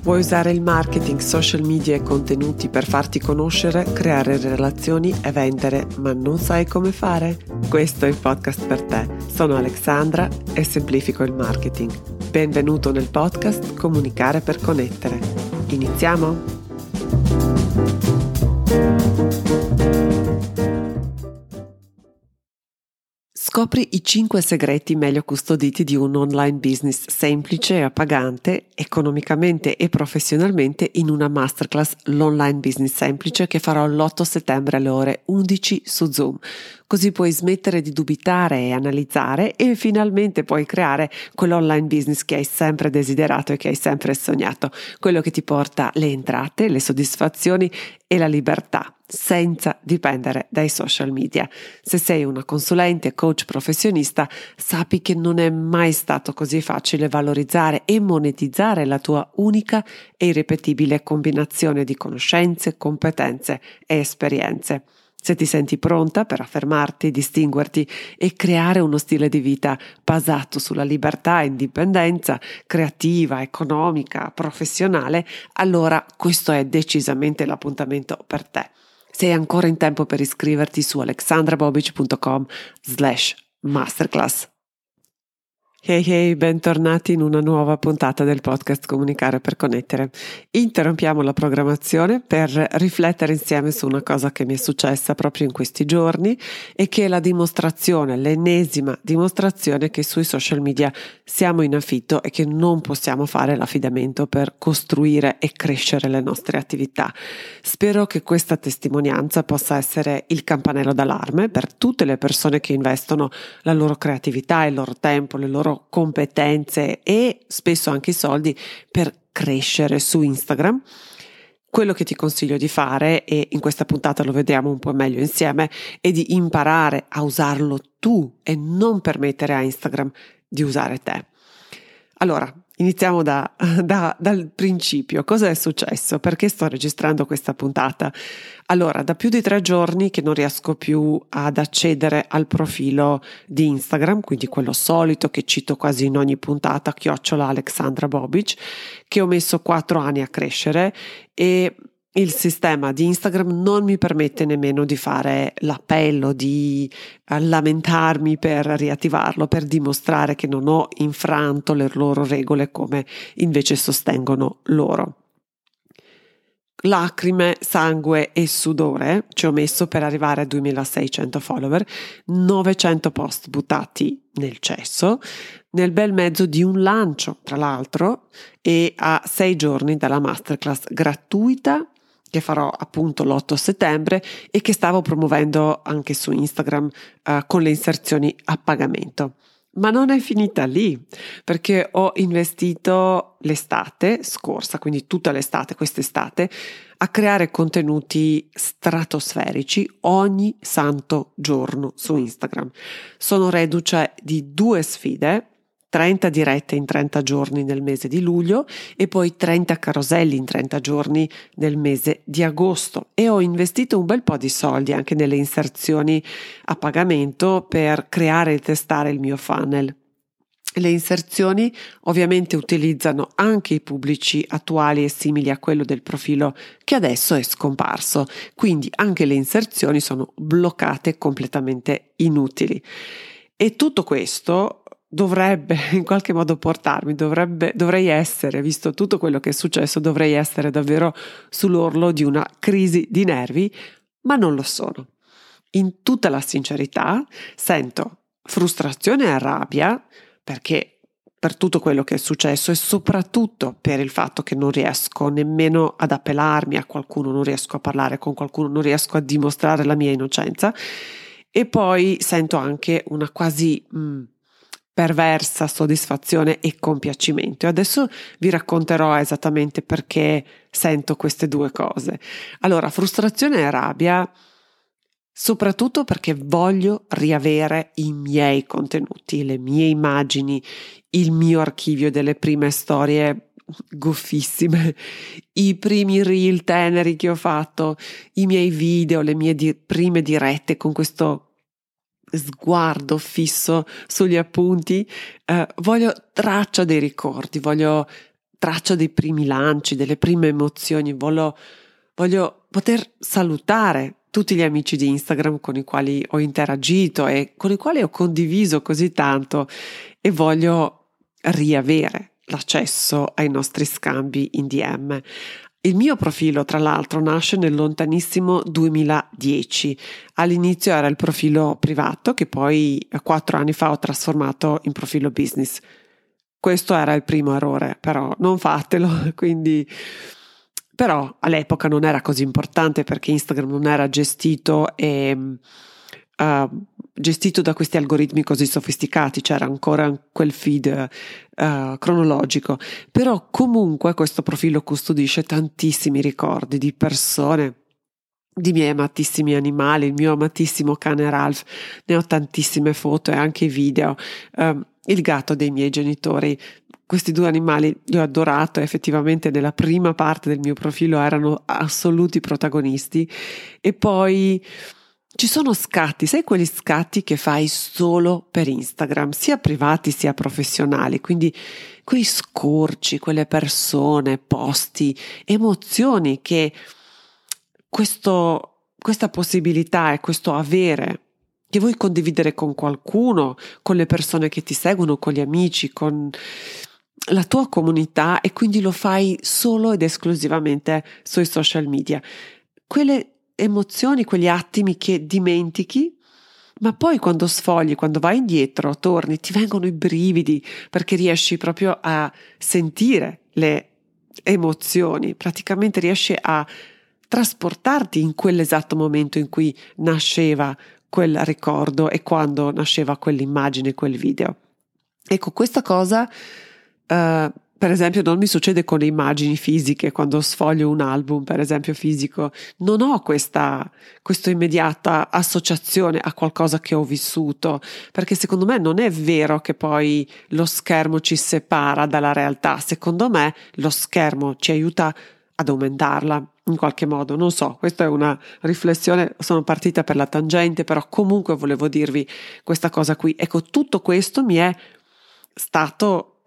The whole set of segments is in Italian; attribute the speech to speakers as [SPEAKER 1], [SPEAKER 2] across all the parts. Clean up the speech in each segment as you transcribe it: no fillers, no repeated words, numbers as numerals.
[SPEAKER 1] Vuoi usare il marketing, social media e contenuti per farti conoscere, creare relazioni e vendere, ma non sai come fare? Questo è il podcast per te. Sono Alexandra e semplifico il marketing. Benvenuto nel podcast Comunicare per connettere. Iniziamo? Scopri i 5 segreti meglio custoditi di un online business semplice e appagante, economicamente e professionalmente, in una masterclass L'Online Business Semplice che farò l'8 settembre alle ore 11 su Zoom. Così puoi smettere di dubitare e analizzare e finalmente puoi creare quell'online business che hai sempre desiderato e che hai sempre sognato, quello che ti porta le entrate, le soddisfazioni e la libertà, senza dipendere dai social media. Se sei una consulente, coach professionista, sappi che non è mai stato così facile valorizzare e monetizzare la tua unica e irripetibile combinazione di conoscenze, competenze e esperienze. Se ti senti pronta per affermarti, distinguerti e creare uno stile di vita basato sulla libertà e indipendenza creativa, economica, professionale, allora questo è decisamente l'appuntamento per te. Sei ancora in tempo per iscriverti su alexandrabobic.com/masterclass. Hey, bentornati in una nuova puntata del podcast Comunicare per connettere. Interrompiamo la programmazione per riflettere insieme su una cosa che mi è successa proprio in questi giorni e che è la dimostrazione, l'ennesima dimostrazione che sui social media siamo in affitto e che non possiamo fare l'affidamento per costruire e crescere le nostre attività. Spero che questa testimonianza possa essere il campanello d'allarme per tutte le persone che investono la loro creatività, il loro tempo, le loro competenze e spesso anche i soldi per crescere su Instagram. Quello che ti consiglio di fare, e in questa puntata lo vediamo un po' meglio insieme, è di imparare a usarlo tu e non permettere a Instagram di usare te. Allora, iniziamo dal principio. Cosa è successo? Perché sto registrando questa puntata? Allora, da più di 3 giorni che non riesco più ad accedere al profilo di Instagram, quindi quello solito che cito quasi in ogni puntata, @AlexandraBobic, che ho messo 4 anni a crescere, e il sistema di Instagram non mi permette nemmeno di fare l'appello, di lamentarmi per riattivarlo, per dimostrare che non ho infranto le loro regole come invece sostengono loro. Lacrime, sangue e sudore ci ho messo per arrivare a 2600 follower, 900 post buttati nel cesso, nel bel mezzo di un lancio, tra l'altro, e a 6 giorni dalla masterclass gratuita che farò appunto l'8 settembre e che stavo promuovendo anche su Instagram con le inserzioni a pagamento. Ma non è finita lì, perché ho investito l'estate scorsa, quindi tutta l'estate, quest'estate, a creare contenuti stratosferici ogni santo giorno su Instagram. Sono reduce di 2 sfide, 30 dirette in 30 giorni nel mese di luglio e poi 30 caroselli in 30 giorni nel mese di agosto, e ho investito un bel po' di soldi anche nelle inserzioni a pagamento per creare e testare il mio funnel. Le inserzioni ovviamente utilizzano anche i pubblici attuali e simili a quello del profilo che adesso è scomparso, quindi anche le inserzioni sono bloccate, completamente inutili. E tutto questo dovrebbe in qualche modo portarmi, dovrei essere, visto tutto quello che è successo, dovrei essere davvero sull'orlo di una crisi di nervi, ma non lo sono. In tutta la sincerità sento frustrazione e rabbia perché per tutto quello che è successo e soprattutto per il fatto che non riesco nemmeno ad appellarmi a qualcuno, non riesco a parlare con qualcuno, non riesco a dimostrare la mia innocenza, e poi sento anche una quasi perversa soddisfazione e compiacimento. Adesso vi racconterò esattamente perché sento queste due cose. Allora, frustrazione e rabbia, soprattutto perché voglio riavere i miei contenuti, le mie immagini, il mio archivio delle prime storie goffissime, i primi reel teneri che ho fatto, i miei video, le mie prime dirette con questo sguardo fisso sugli appunti. Voglio traccia dei ricordi, voglio traccia dei primi lanci, delle prime emozioni, voglio poter salutare tutti gli amici di Instagram con i quali ho interagito e con i quali ho condiviso così tanto, e voglio riavere l'accesso ai nostri scambi in DM. Il mio profilo, tra l'altro, nasce nel lontanissimo 2010. All'inizio era il profilo privato, che poi 4 anni fa ho trasformato in profilo business. Questo era il primo errore, però non fatelo, quindi... Però all'epoca non era così importante, perché Instagram non era gestito gestito da questi algoritmi così sofisticati, c'era ancora quel feed cronologico. Però comunque questo profilo custodisce tantissimi ricordi di persone, di miei amatissimi animali, il mio amatissimo cane Ralph, ne ho tantissime foto e anche video, il gatto dei miei genitori. Questi 2 animali li ho adorato, e effettivamente nella prima parte del mio profilo erano assoluti protagonisti. E poi ci sono scatti, sai, quegli scatti che fai solo per Instagram, sia privati sia professionali, quindi quei scorci, quelle persone, posti, emozioni che questa possibilità e questo avere che vuoi condividere con qualcuno, con le persone che ti seguono, con gli amici, con la tua comunità, e quindi lo fai solo ed esclusivamente sui social media. Quelle emozioni, quegli attimi che dimentichi, ma poi quando sfogli, quando vai indietro, torni, ti vengono i brividi, perché riesci proprio a sentire le emozioni, praticamente riesci a trasportarti in quell'esatto momento in cui nasceva quel ricordo e quando nasceva quell'immagine, quel video. Ecco, questa cosa per esempio non mi succede con le immagini fisiche. Quando sfoglio un album, per esempio fisico, non ho questa immediata associazione a qualcosa che ho vissuto, perché secondo me non è vero che poi lo schermo ci separa dalla realtà. Secondo me lo schermo ci aiuta ad aumentarla in qualche modo. Non so, questa è una riflessione, sono partita per la tangente, però comunque volevo dirvi questa cosa qui. Ecco, tutto questo mi è stato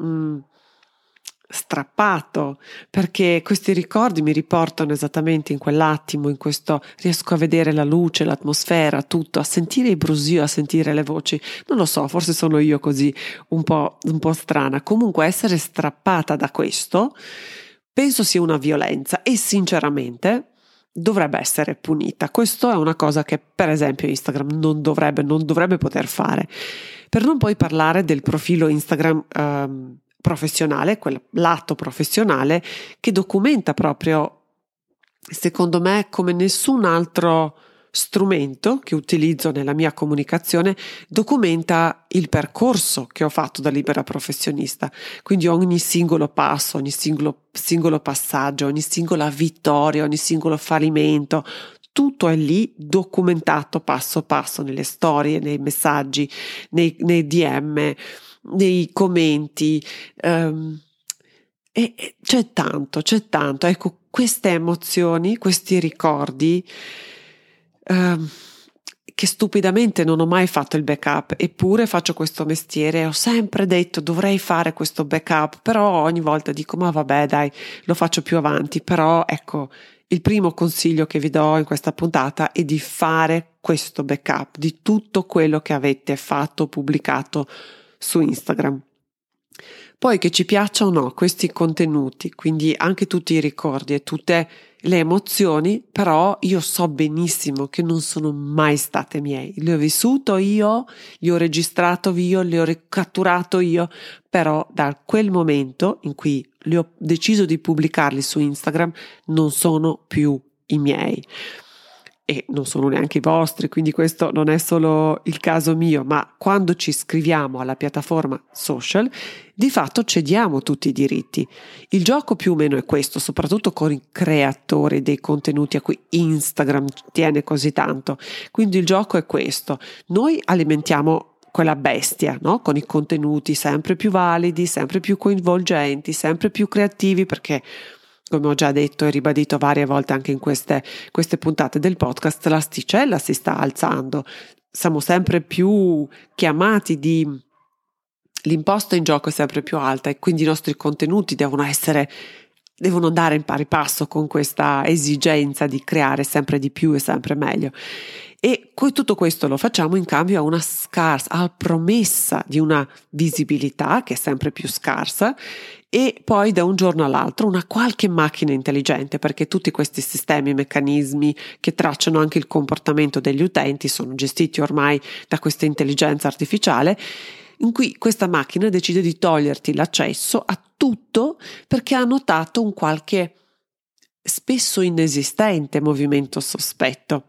[SPEAKER 1] strappato, perché questi ricordi mi riportano esattamente in quell'attimo, in questo, riesco a vedere la luce, l'atmosfera, tutto, a sentire i brusio, a sentire le voci. Non lo so, forse sono io così un po' strana. Comunque essere strappata da questo penso sia una violenza, e sinceramente dovrebbe essere punita. Questo è una cosa che per esempio Instagram non dovrebbe poter fare. Per non poi parlare del profilo Instagram professionale, quel lato professionale che documenta proprio, secondo me, come nessun altro strumento che utilizzo nella mia comunicazione, documenta il percorso che ho fatto da libera professionista. Quindi ogni singolo passo, ogni singolo passaggio, ogni singola vittoria, ogni singolo fallimento, tutto è lì documentato passo passo, nelle storie, nei messaggi, nei DM, nei commenti, e c'è tanto. Ecco, queste emozioni, questi ricordi, che stupidamente non ho mai fatto il backup, eppure faccio questo mestiere. Ho sempre detto dovrei fare questo backup, però ogni volta dico ma vabbè dai, lo faccio più avanti. Però ecco, il primo consiglio che vi do in questa puntata è di fare questo backup di tutto quello che avete fatto, pubblicato su Instagram. Poi, che ci piaccia o no questi contenuti, quindi anche tutti i ricordi e tutte le emozioni, però io so benissimo che non sono mai state miei. Li ho vissuto io, li ho registrato io, li ho catturato io, però da quel momento in cui li ho deciso di pubblicarli su Instagram non sono più i miei. E non sono neanche i vostri, quindi questo non è solo il caso mio, ma quando ci iscriviamo alla piattaforma social, di fatto cediamo tutti i diritti. Il gioco più o meno è questo, soprattutto con i creatori dei contenuti a cui Instagram tiene così tanto. Quindi il gioco è questo: noi alimentiamo quella bestia, no? Con i contenuti sempre più validi, sempre più coinvolgenti, sempre più creativi, perché, come ho già detto e ribadito varie volte anche in queste puntate del podcast, l'asticella si sta alzando. Siamo sempre più chiamati l'imposta in gioco è sempre più alta e quindi i nostri contenuti devono andare in pari passo con questa esigenza di creare sempre di più e sempre meglio. E tutto questo lo facciamo in cambio a promessa di una visibilità che è sempre più scarsa e poi da un giorno all'altro una qualche macchina intelligente, perché tutti questi sistemi, meccanismi che tracciano anche il comportamento degli utenti sono gestiti ormai da questa intelligenza artificiale, in cui questa macchina decide di toglierti l'accesso a tutto perché ha notato un qualche spesso inesistente movimento sospetto.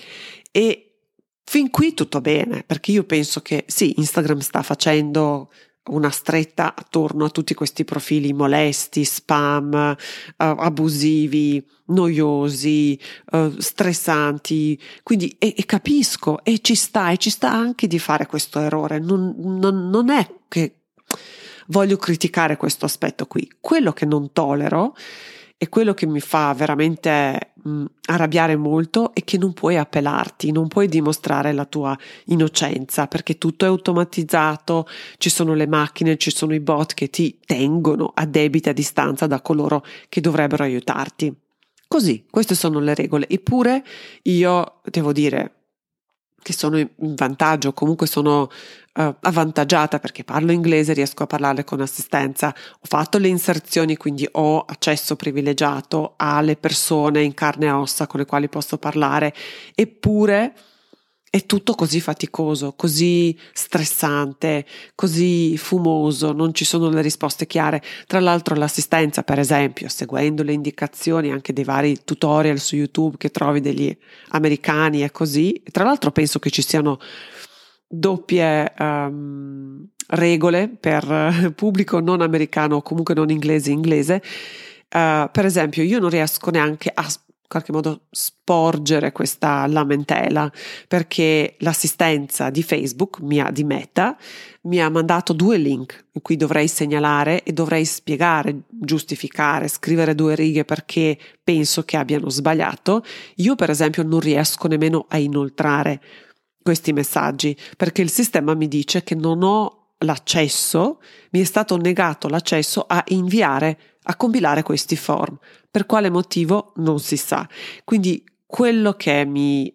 [SPEAKER 1] E fin qui tutto bene, perché io penso che sì, Instagram sta facendo una stretta attorno a tutti questi profili molesti, spam, abusivi, noiosi, stressanti, quindi e capisco e ci sta anche di fare questo errore, non è che voglio criticare questo aspetto qui. Quello che non tollero e quello che mi fa veramente arrabbiare molto è che non puoi appellarti, non puoi dimostrare la tua innocenza perché tutto è automatizzato, ci sono le macchine, ci sono i bot che ti tengono a debita distanza da coloro che dovrebbero aiutarti. Così, queste sono le regole. Eppure io devo dire che sono in vantaggio, comunque sono avvantaggiata perché parlo inglese, riesco a parlare con assistenza, ho fatto le inserzioni, quindi ho accesso privilegiato alle persone in carne e ossa con le quali posso parlare, eppure è tutto così faticoso, così stressante, così fumoso, non ci sono le risposte chiare. Tra l'altro l'assistenza, per esempio, seguendo le indicazioni anche dei vari tutorial su YouTube che trovi degli americani e così, tra l'altro penso che ci siano doppie regole per pubblico non americano o comunque non inglese. Per esempio, io non riesco neanche a in qualche modo sporgere questa lamentela perché l'assistenza di Facebook, di Meta, mi ha mandato 2 link in cui dovrei segnalare e dovrei spiegare, giustificare, scrivere 2 righe perché penso che abbiano sbagliato. Io per esempio non riesco nemmeno a inoltrare questi messaggi perché il sistema mi dice che non ho l'accesso, mi è stato negato l'accesso a compilare questi form. Per quale motivo non si sa. Quindi quello che mi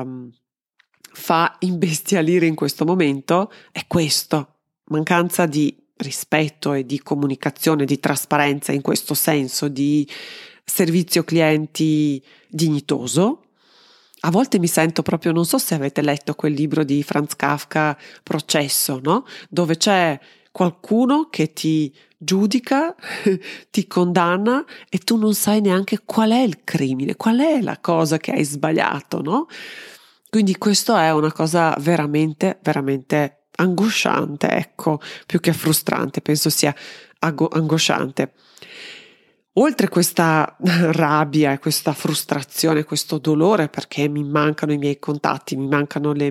[SPEAKER 1] fa imbestialire in questo momento è questo, mancanza di rispetto e di comunicazione, di trasparenza in questo senso, di servizio clienti dignitoso. A volte mi sento proprio, non so se avete letto quel libro di Franz Kafka, Processo, no? Dove c'è qualcuno che ti giudica, ti condanna e tu non sai neanche qual è il crimine, qual è la cosa che hai sbagliato, no? Quindi questo è una cosa veramente, veramente angosciante, ecco, più che frustrante, penso sia angosciante. Oltre questa rabbia e questa frustrazione, questo dolore perché mi mancano i miei contatti, mi mancano i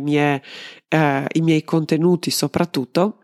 [SPEAKER 1] miei contenuti soprattutto,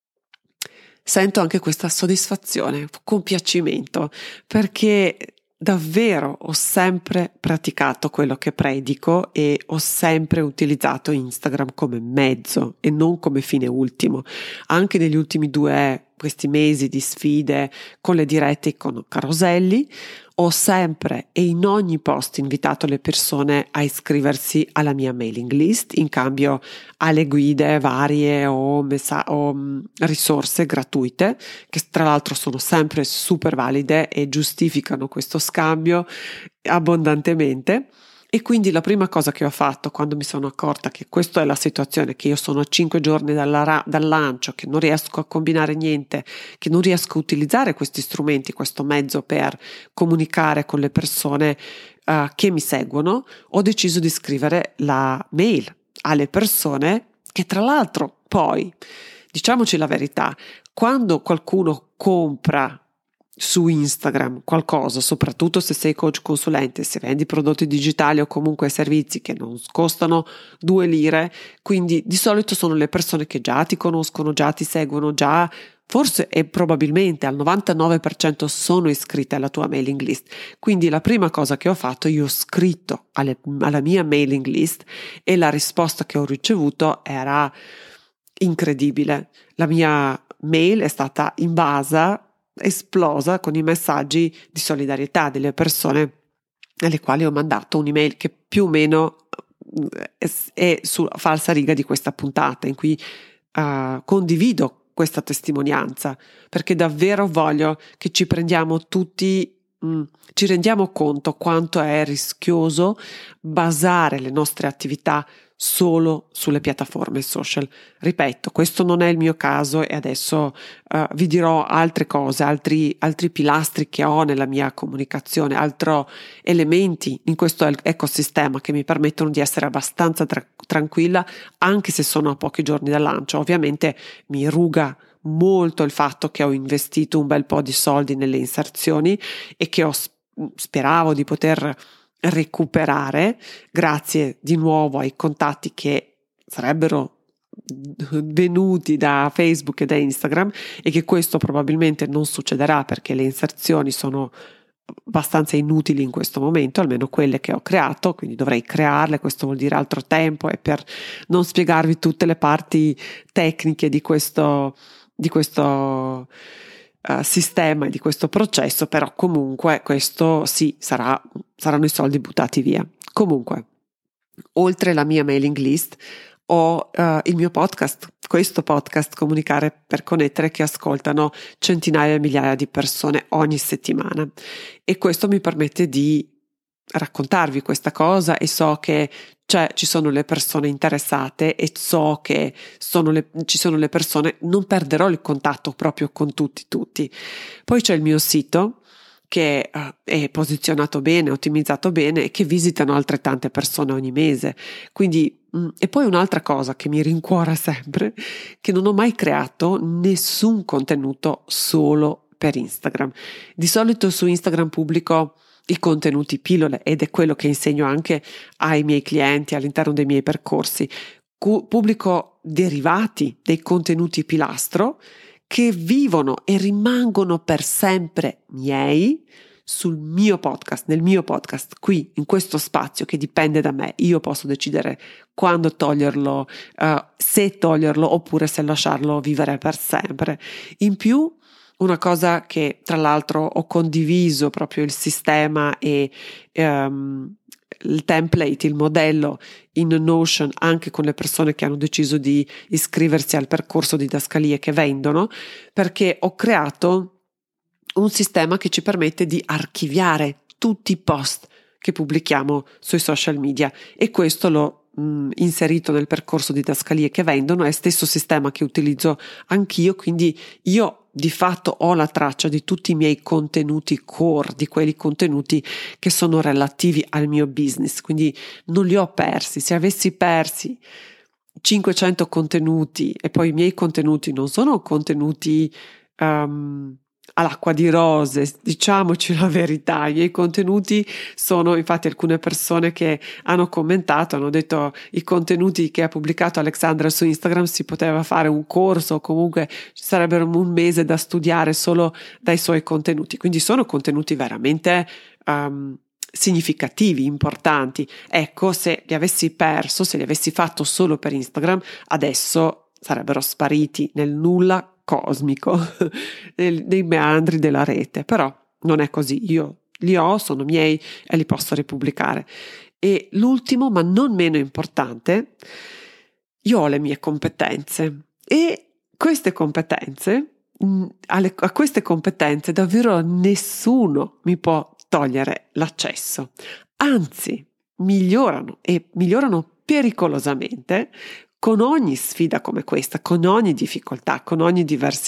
[SPEAKER 1] sento anche questa soddisfazione, compiacimento, perché davvero ho sempre praticato quello che predico e ho sempre utilizzato Instagram come mezzo e non come fine ultimo. Anche negli ultimi questi mesi di sfide con le dirette con Caroselli, ho sempre e in ogni post invitato le persone a iscriversi alla mia mailing list in cambio alle guide varie o risorse gratuite che tra l'altro sono sempre super valide e giustificano questo scambio abbondantemente. E quindi la prima cosa che ho fatto quando mi sono accorta che questa è la situazione, che io sono a 5 giorni dal lancio, che non riesco a combinare niente, che non riesco a utilizzare questi strumenti, questo mezzo per comunicare con le persone che mi seguono, ho deciso di scrivere la mail alle persone che tra l'altro poi, diciamoci la verità, quando qualcuno compra su Instagram qualcosa, soprattutto se sei coach consulente, se vendi prodotti digitali o comunque servizi che non costano 2 lire, quindi di solito sono le persone che già ti conoscono, già ti seguono, già forse e probabilmente al 99% sono iscritte alla tua mailing list. Quindi la prima cosa che ho fatto, io ho scritto alla mia mailing list e la risposta che ho ricevuto era incredibile. La mia mail è stata invasa, esplosa con i messaggi di solidarietà delle persone alle quali ho mandato un'email che più o meno è sulla falsa riga di questa puntata, in cui condivido questa testimonianza, perché davvero voglio che ci prendiamo tutti, ci rendiamo conto quanto è rischioso basare le nostre attività solo sulle piattaforme social. Ripeto, questo non è il mio caso e adesso vi dirò altre cose, altri pilastri che ho nella mia comunicazione, altri elementi in questo ecosistema che mi permettono di essere abbastanza tranquilla, anche se sono a pochi giorni dal lancio. Ovviamente mi ruga molto il fatto che ho investito un bel po' di soldi nelle inserzioni e che speravo di poter recuperare grazie di nuovo ai contatti che sarebbero venuti da Facebook e da Instagram, e che questo probabilmente non succederà perché le inserzioni sono abbastanza inutili in questo momento, almeno quelle che ho creato, quindi dovrei crearle. Questo vuol dire altro tempo, e per non spiegarvi tutte le parti tecniche di questo sistema e di questo processo, però comunque questo sì, saranno i soldi buttati via. Comunque, oltre la mia mailing list, ho il mio podcast, questo podcast Comunicare per Connettere, che ascoltano centinaia e migliaia di persone ogni settimana, e questo mi permette di raccontarvi questa cosa, e so che ci sono le persone interessate, e so che ci sono le persone, non perderò il contatto proprio con tutti. Poi c'è il mio sito che è posizionato bene, ottimizzato bene, e che visitano altrettante persone ogni mese. Quindi, e poi un'altra cosa che mi rincuora sempre, che non ho mai creato nessun contenuto solo per Instagram. Di solito su Instagram pubblico i contenuti pillole, ed è quello che insegno anche ai miei clienti all'interno dei miei percorsi. Pubblico derivati dei contenuti pilastro che vivono e rimangono per sempre miei sul mio podcast, nel mio podcast, qui in questo spazio che dipende da me. Io posso decidere quando toglierlo, se toglierlo oppure se lasciarlo vivere per sempre. In più, una cosa che tra l'altro ho condiviso proprio il sistema e il template, il modello in Notion anche con le persone che hanno deciso di iscriversi al percorso di didascalie che vendono, perché ho creato un sistema che ci permette di archiviare tutti i post che pubblichiamo sui social media, e questo l'ho inserito nel percorso di didascalie che vendono. È stesso sistema che utilizzo anch'io, quindi io di fatto ho la traccia di tutti i miei contenuti core, di quelli contenuti che sono relativi al mio business, quindi non li ho persi. Se avessi persi 500 contenuti, e poi i miei contenuti non sono contenuti all'acqua di rose, diciamoci la verità, i miei contenuti sono, infatti alcune persone che hanno commentato hanno detto i contenuti che ha pubblicato Alexandra su Instagram si poteva fare un corso, o comunque ci sarebbero un mese da studiare solo dai suoi contenuti, quindi sono contenuti veramente significativi, importanti. Ecco, se li avessi perso, se li avessi fatto solo per Instagram, adesso sarebbero spariti nel nulla cosmico nei meandri della rete, però non è così. Io li ho, sono miei e li posso ripubblicare. E l'ultimo, ma non meno importante, io ho le mie competenze, e queste competenze, a queste competenze davvero nessuno mi può togliere l'accesso, anzi migliorano, e migliorano pericolosamente con ogni sfida come questa, con ogni difficoltà, con ogni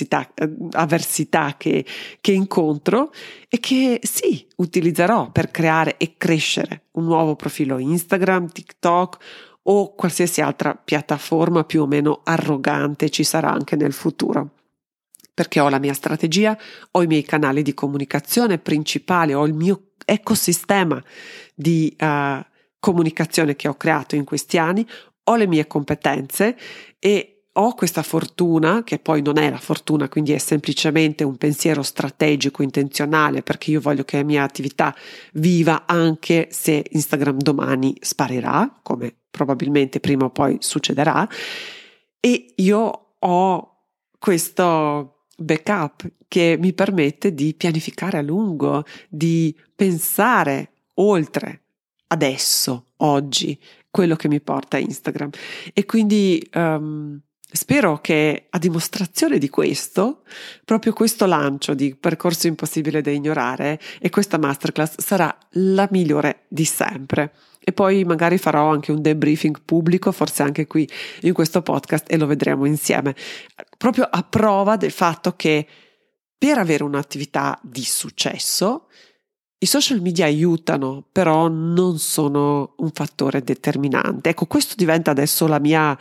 [SPEAKER 1] avversità che incontro, e che sì, utilizzerò per creare e crescere un nuovo profilo Instagram, TikTok o qualsiasi altra piattaforma più o meno arrogante ci sarà anche nel futuro. Perché ho la mia strategia, ho i miei canali di comunicazione principali, ho il mio ecosistema di comunicazione che ho creato in questi anni, ho le mie competenze e ho questa fortuna, che poi non è la fortuna, quindi è semplicemente un pensiero strategico, intenzionale, perché io voglio che la mia attività viva anche se Instagram domani sparirà, come probabilmente prima o poi succederà, e io ho questo backup che mi permette di pianificare a lungo, di pensare oltre adesso, oggi, quello che mi porta a Instagram. E quindi spero che a dimostrazione di questo, proprio questo lancio di Percorso Impossibile da Ignorare e questa masterclass sarà la migliore di sempre. E poi magari farò anche un debriefing pubblico, forse anche qui in questo podcast, e lo vedremo insieme, proprio a prova del fatto che per avere un'attività di successo i social media aiutano, però non sono un fattore determinante. Ecco, questo diventa adesso la mia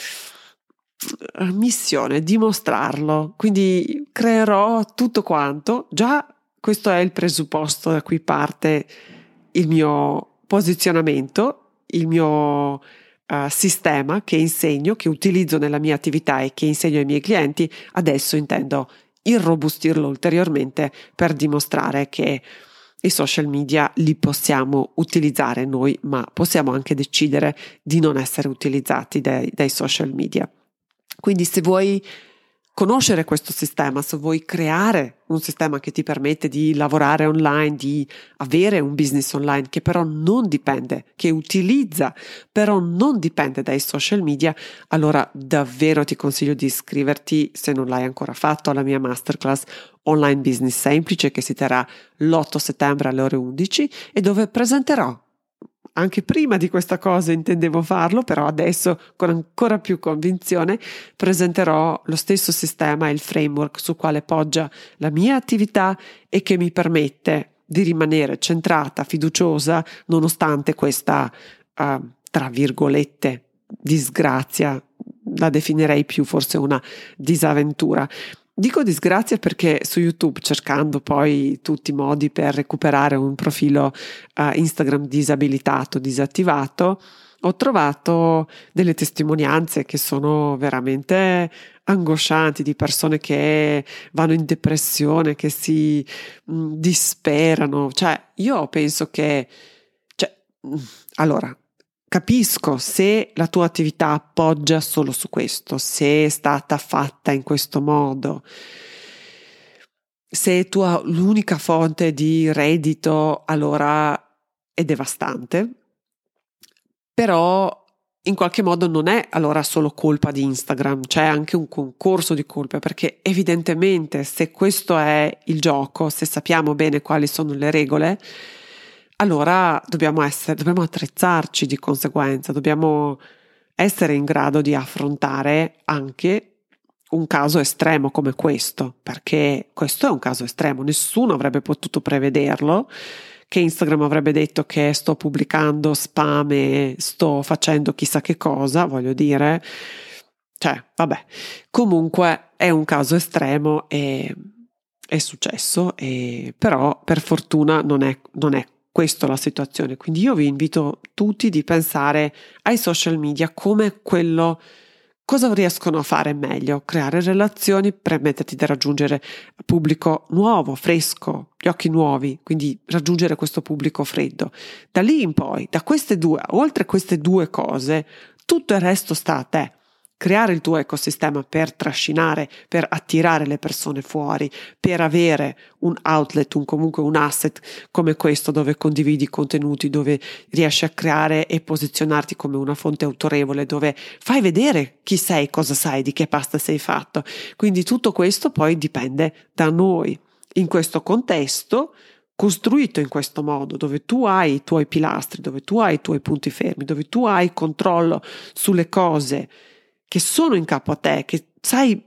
[SPEAKER 1] missione, dimostrarlo. Quindi creerò tutto quanto. Già questo è il presupposto da cui parte il mio posizionamento, il mio sistema che insegno, che utilizzo nella mia attività e che insegno ai miei clienti. Adesso intendo irrobustirlo ulteriormente per dimostrare che i social media li possiamo utilizzare noi, ma possiamo anche decidere di non essere utilizzati dai social media. Quindi se vuoi conoscere questo sistema, se vuoi creare un sistema che ti permette di lavorare online, di avere un business online che però non dipende, che utilizza, però non dipende dai social media, allora davvero ti consiglio di iscriverti, se non l'hai ancora fatto, alla mia masterclass Online Business Semplice che si terrà l'8 settembre alle ore 11 e dove presenterò. Anche prima di questa cosa intendevo farlo, però adesso con ancora più convinzione presenterò lo stesso sistema e il framework su quale poggia la mia attività e che mi permette di rimanere centrata, fiduciosa, nonostante questa, tra virgolette, disgrazia, la definirei più forse una disavventura. Dico disgrazia perché su YouTube, cercando poi tutti i modi per recuperare un profilo Instagram disabilitato, disattivato, ho trovato delle testimonianze che sono veramente angoscianti di persone che vanno in depressione, che si disperano. Cioè, io penso che, allora, capisco se la tua attività appoggia solo su questo, se è stata fatta in questo modo, se è l'unica fonte di reddito, allora è devastante, però in qualche modo non è allora solo colpa di Instagram, c'è anche un concorso di colpe, perché evidentemente se questo è il gioco, se sappiamo bene quali sono le regole, allora dobbiamo attrezzarci di conseguenza, dobbiamo essere in grado di affrontare anche un caso estremo come questo, perché questo è un caso estremo, nessuno avrebbe potuto prevederlo, che Instagram avrebbe detto che sto pubblicando spam e sto facendo chissà che cosa, voglio dire, cioè, vabbè, comunque è un caso estremo e è successo, però per fortuna non è questa la situazione. Quindi io vi invito tutti di pensare ai social media come quello, cosa riescono a fare meglio? Creare relazioni, permetterti di raggiungere pubblico nuovo, fresco, gli occhi nuovi, quindi raggiungere questo pubblico freddo. Da lì in poi, da queste due, oltre queste due cose, tutto il resto sta a te. Creare il tuo ecosistema per trascinare, per attirare le persone fuori, per avere un outlet, comunque un asset come questo dove condividi contenuti, dove riesci a creare e posizionarti come una fonte autorevole, dove fai vedere chi sei, cosa sai, di che pasta sei fatto. Quindi tutto questo poi dipende da noi. In questo contesto, costruito in questo modo, dove tu hai i tuoi pilastri, dove tu hai i tuoi punti fermi, dove tu hai controllo sulle cose che sono in capo a te, che sai,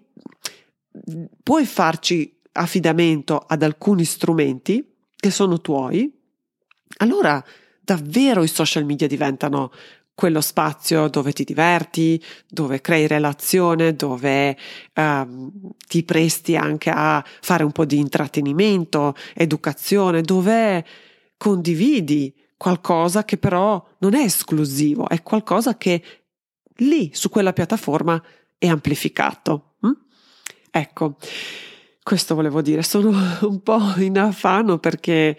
[SPEAKER 1] puoi farci affidamento ad alcuni strumenti che sono tuoi, allora davvero i social media diventano quello spazio dove ti diverti, dove crei relazione, dove ti presti anche a fare un po' di intrattenimento, educazione, dove condividi qualcosa che però non è esclusivo, è qualcosa che lì su quella piattaforma è amplificato. Ecco, questo volevo dire. Sono un po' in affanno perché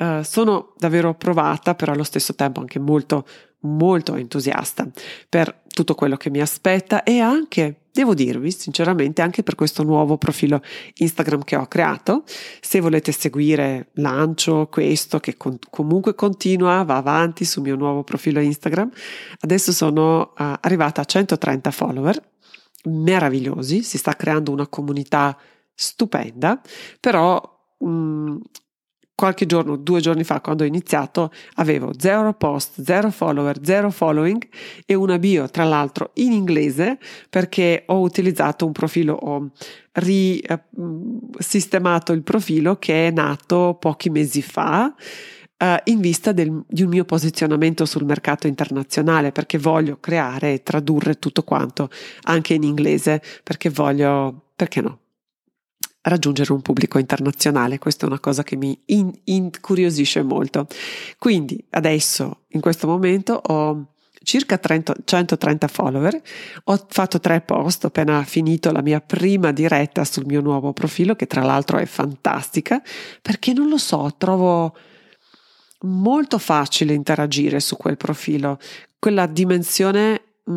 [SPEAKER 1] sono davvero provata, però allo stesso tempo anche molto molto entusiasta per tutto quello che mi aspetta e anche, devo dirvi sinceramente, anche per questo nuovo profilo Instagram che ho creato. Se volete seguire, lancio questo che comunque continua, va avanti sul mio nuovo profilo Instagram. Adesso sono arrivata a 130 follower, meravigliosi, si sta creando una comunità stupenda, però qualche giorno, 2 giorni fa, quando ho iniziato, avevo 0 post, 0 follower, 0 following e una bio, tra l'altro, in inglese, perché ho utilizzato un profilo, ho risistemato il profilo che è nato pochi mesi fa, in vista di un mio posizionamento sul mercato internazionale, perché voglio creare e tradurre tutto quanto anche in inglese, perché voglio, perché no? Raggiungere un pubblico internazionale. Questa è una cosa che mi incuriosisce molto. Quindi adesso, in questo momento, ho circa 130 follower, ho fatto 3 post, ho appena finito la mia prima diretta sul mio nuovo profilo, che tra l'altro è fantastica, perché non lo so, trovo molto facile interagire su quel profilo, quella dimensione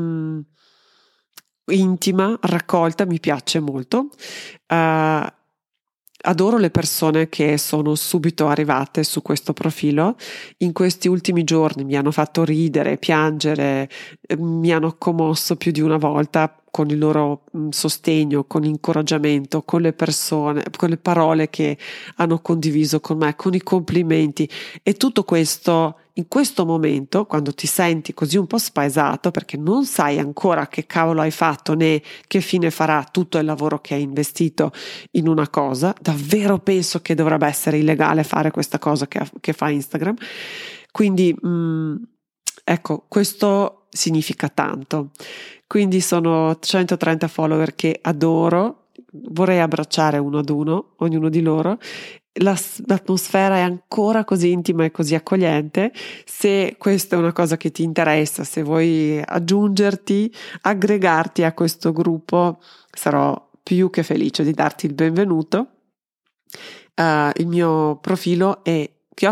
[SPEAKER 1] intima, raccolta, mi piace molto. Adoro le persone che sono subito arrivate su questo profilo. In questi ultimi giorni mi hanno fatto ridere, piangere, mi hanno commosso più di una volta con il loro sostegno, con incoraggiamento, con le persone, con le parole che hanno condiviso con me, con i complimenti, e tutto questo in questo momento, quando ti senti così un po' spaesato perché non sai ancora che cavolo hai fatto né che fine farà tutto il lavoro che hai investito in una cosa. Davvero penso che dovrebbe essere illegale fare questa cosa che fa Instagram. Quindi ecco, questo significa tanto. Quindi sono 130 follower che adoro, vorrei abbracciare uno ad uno, ognuno di loro. L'atmosfera è ancora così intima e così accogliente. Se questa è una cosa che ti interessa, se vuoi aggregarti a questo gruppo, sarò più che felice di darti il benvenuto. Il mio profilo è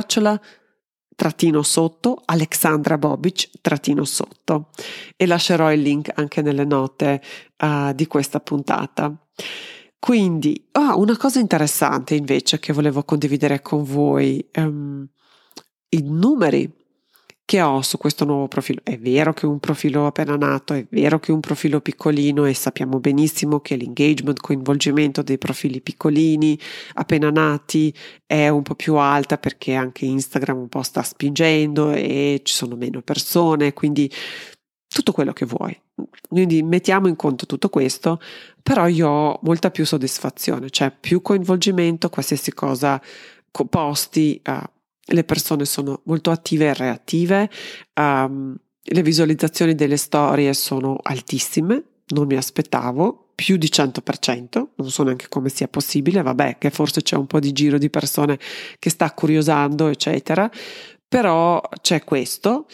[SPEAKER 1] _sotto Alexandra Bobic _ e lascerò il link anche nelle note di questa puntata. Quindi, una cosa interessante invece che volevo condividere con voi, i numeri che ho su questo nuovo profilo. È vero che è un profilo appena nato, è vero che è un profilo piccolino e sappiamo benissimo che l'engagement, coinvolgimento dei profili piccolini, appena nati, è un po' più alta perché anche Instagram un po' sta spingendo e ci sono meno persone, quindi tutto quello che vuoi. Quindi mettiamo in conto tutto questo, però io ho molta più soddisfazione, cioè più coinvolgimento, qualsiasi cosa posti, le persone sono molto attive e reattive, le visualizzazioni delle storie sono altissime, non mi aspettavo, più di 100%, non so neanche come sia possibile, vabbè che forse c'è un po' di giro di persone che sta curiosando, eccetera, però c'è questo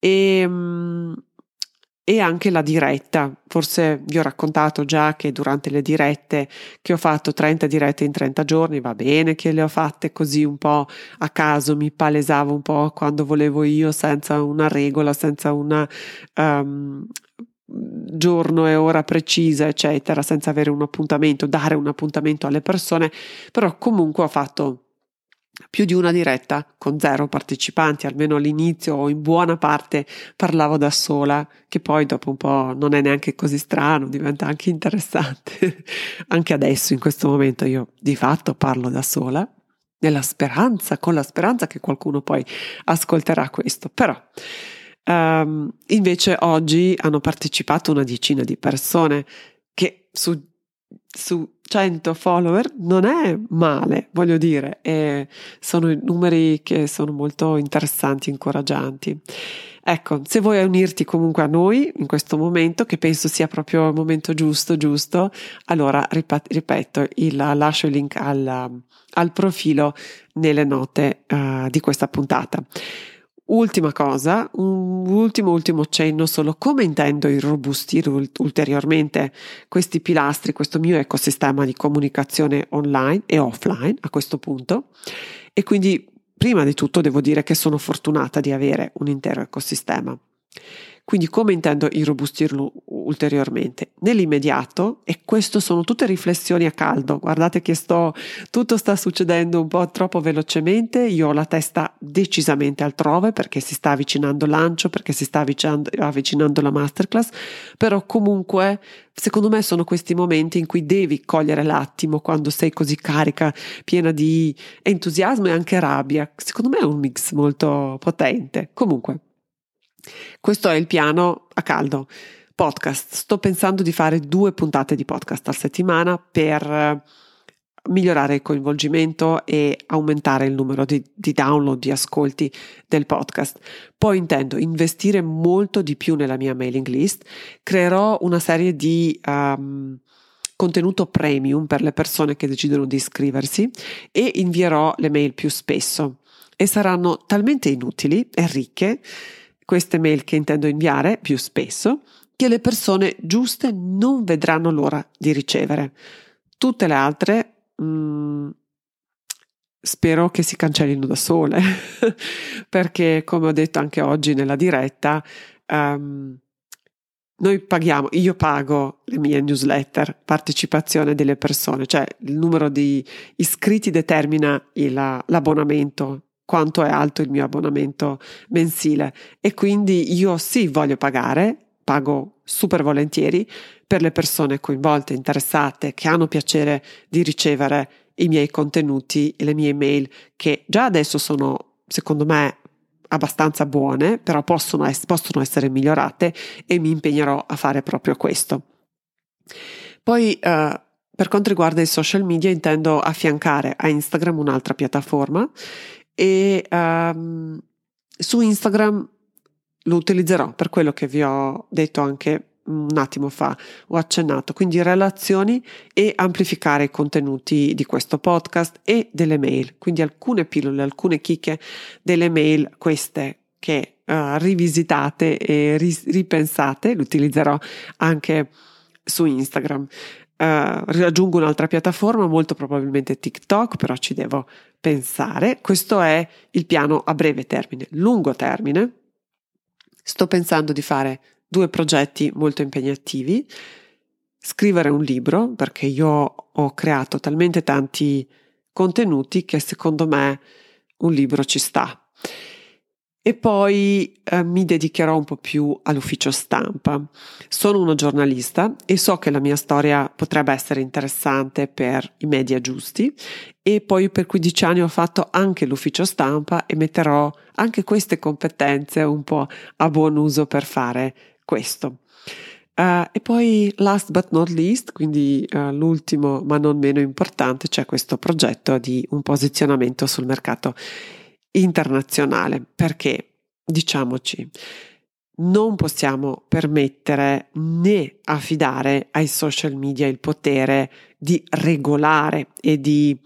[SPEAKER 1] e anche la diretta. Forse vi ho raccontato già che durante le dirette che ho fatto 30 dirette in 30 giorni, va bene che le ho fatte così un po' a caso, mi palesavo un po' quando volevo io, senza una regola, senza una giorno e ora precisa, eccetera, senza avere un appuntamento, dare un appuntamento alle persone, però comunque ho fatto più di una diretta con 0 partecipanti, almeno all'inizio o in buona parte parlavo da sola, che poi dopo un po' non è neanche così strano, diventa anche interessante. Anche adesso, in questo momento, io di fatto parlo da sola, con la speranza che qualcuno poi ascolterà questo. Però invece oggi hanno partecipato una decina di persone, che su 100 follower non è male, voglio dire, e sono numeri che sono molto interessanti, incoraggianti. Ecco, se vuoi unirti comunque a noi in questo momento, che penso sia proprio il momento giusto, allora ripeto, lascio il link al profilo nelle note di questa puntata. Ultima cosa, un ultimo cenno solo come intendo irrobustire ulteriormente questi pilastri, questo mio ecosistema di comunicazione online e offline a questo punto. E quindi prima di tutto devo dire che sono fortunata di avere un intero ecosistema. Quindi come intendo irrobustirlo ulteriormente? Nell'immediato, e queste sono tutte riflessioni a caldo, guardate che tutto sta succedendo un po' troppo velocemente, io ho la testa decisamente altrove perché si sta avvicinando il lancio, perché si sta avvicinando la masterclass, però comunque secondo me sono questi momenti in cui devi cogliere l'attimo quando sei così carica, piena di entusiasmo e anche rabbia. Secondo me è un mix molto potente. Comunque, questo è il piano a caldo. Podcast. Sto pensando di fare 2 puntate di podcast a settimana per migliorare il coinvolgimento e aumentare il numero di download, di ascolti del podcast. Poi intendo investire molto di più nella mia mailing list, creerò una serie di contenuto premium per le persone che decidono di iscriversi e invierò le mail più spesso e saranno talmente inutili e ricche queste mail che intendo inviare più spesso che le persone giuste non vedranno l'ora di ricevere. Tutte le altre spero che si cancellino da sole perché, come ho detto anche oggi nella diretta, io pago le mie newsletter, partecipazione delle persone, cioè il numero di iscritti determina l'abbonamento, quanto è alto il mio abbonamento mensile, e quindi io sì voglio pago super volentieri per le persone coinvolte, interessate, che hanno piacere di ricevere i miei contenuti e le mie email, che già adesso sono, secondo me, abbastanza buone, però possono essere migliorate e mi impegnerò a fare proprio questo. Poi per quanto riguarda i social media intendo affiancare a Instagram un'altra piattaforma e su Instagram lo utilizzerò per quello che vi ho detto anche un attimo fa, ho accennato, quindi relazioni e amplificare i contenuti di questo podcast e delle mail, quindi alcune pillole, alcune chicche delle mail, queste che rivisitate e ripensate, le utilizzerò anche su Instagram. Raggiungo un'altra piattaforma, molto probabilmente TikTok, però ci devo pensare. Questo è il piano a breve termine. Lungo termine, sto pensando di fare 2 progetti molto impegnativi, scrivere un libro, perché io ho creato talmente tanti contenuti che secondo me un libro ci sta. E poi mi dedicherò un po' più all'ufficio stampa. Sono una giornalista e so che la mia storia potrebbe essere interessante per i media giusti, e poi per 15 anni ho fatto anche l'ufficio stampa e metterò anche queste competenze un po' a buon uso per fare questo. E poi last but not least, quindi l'ultimo ma non meno importante, c'è questo progetto di un posizionamento sul mercato internazionale, perché diciamoci, non possiamo permettere né affidare ai social media il potere di regolare e di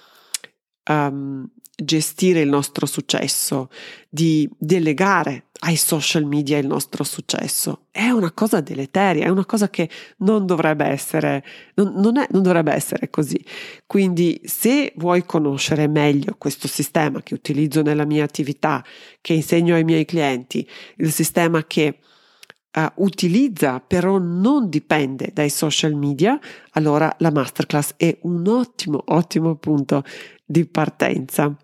[SPEAKER 1] gestire il nostro successo, di delegare ai social media il nostro successo. È una cosa deleteria, è una cosa che non dovrebbe essere, non dovrebbe essere così. Quindi se vuoi conoscere meglio questo sistema che utilizzo nella mia attività, che insegno ai miei clienti, il sistema che utilizza però non dipende dai social media, allora la masterclass è un ottimo punto di partenza.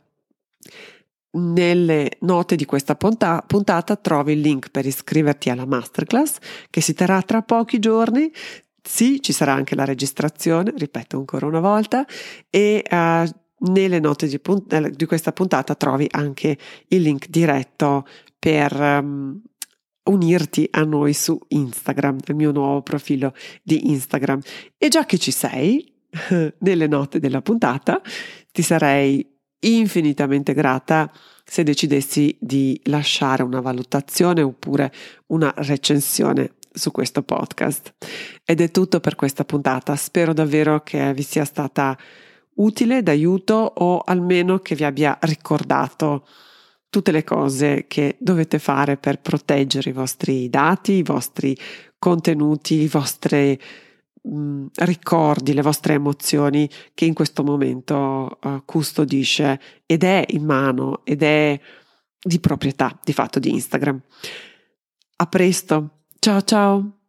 [SPEAKER 1] Nelle note di questa puntata trovi il link per iscriverti alla masterclass che si terrà tra pochi giorni. Sì, ci sarà anche la registrazione, ripeto ancora una volta, e nelle note di questa puntata trovi anche il link diretto per unirti a noi su Instagram, il mio nuovo profilo di Instagram. E già che ci sei, nelle note della puntata, ti sarei infinitamente grata se decidessi di lasciare una valutazione oppure una recensione su questo podcast. Ed è tutto per questa puntata. Spero davvero che vi sia stata utile, d'aiuto, o almeno che vi abbia ricordato tutte le cose che dovete fare per proteggere i vostri dati, i vostri contenuti, i vostri ricordi, le vostre emozioni che in questo momento custodisce ed è in mano ed è di proprietà di fatto di Instagram. A presto. Ciao ciao.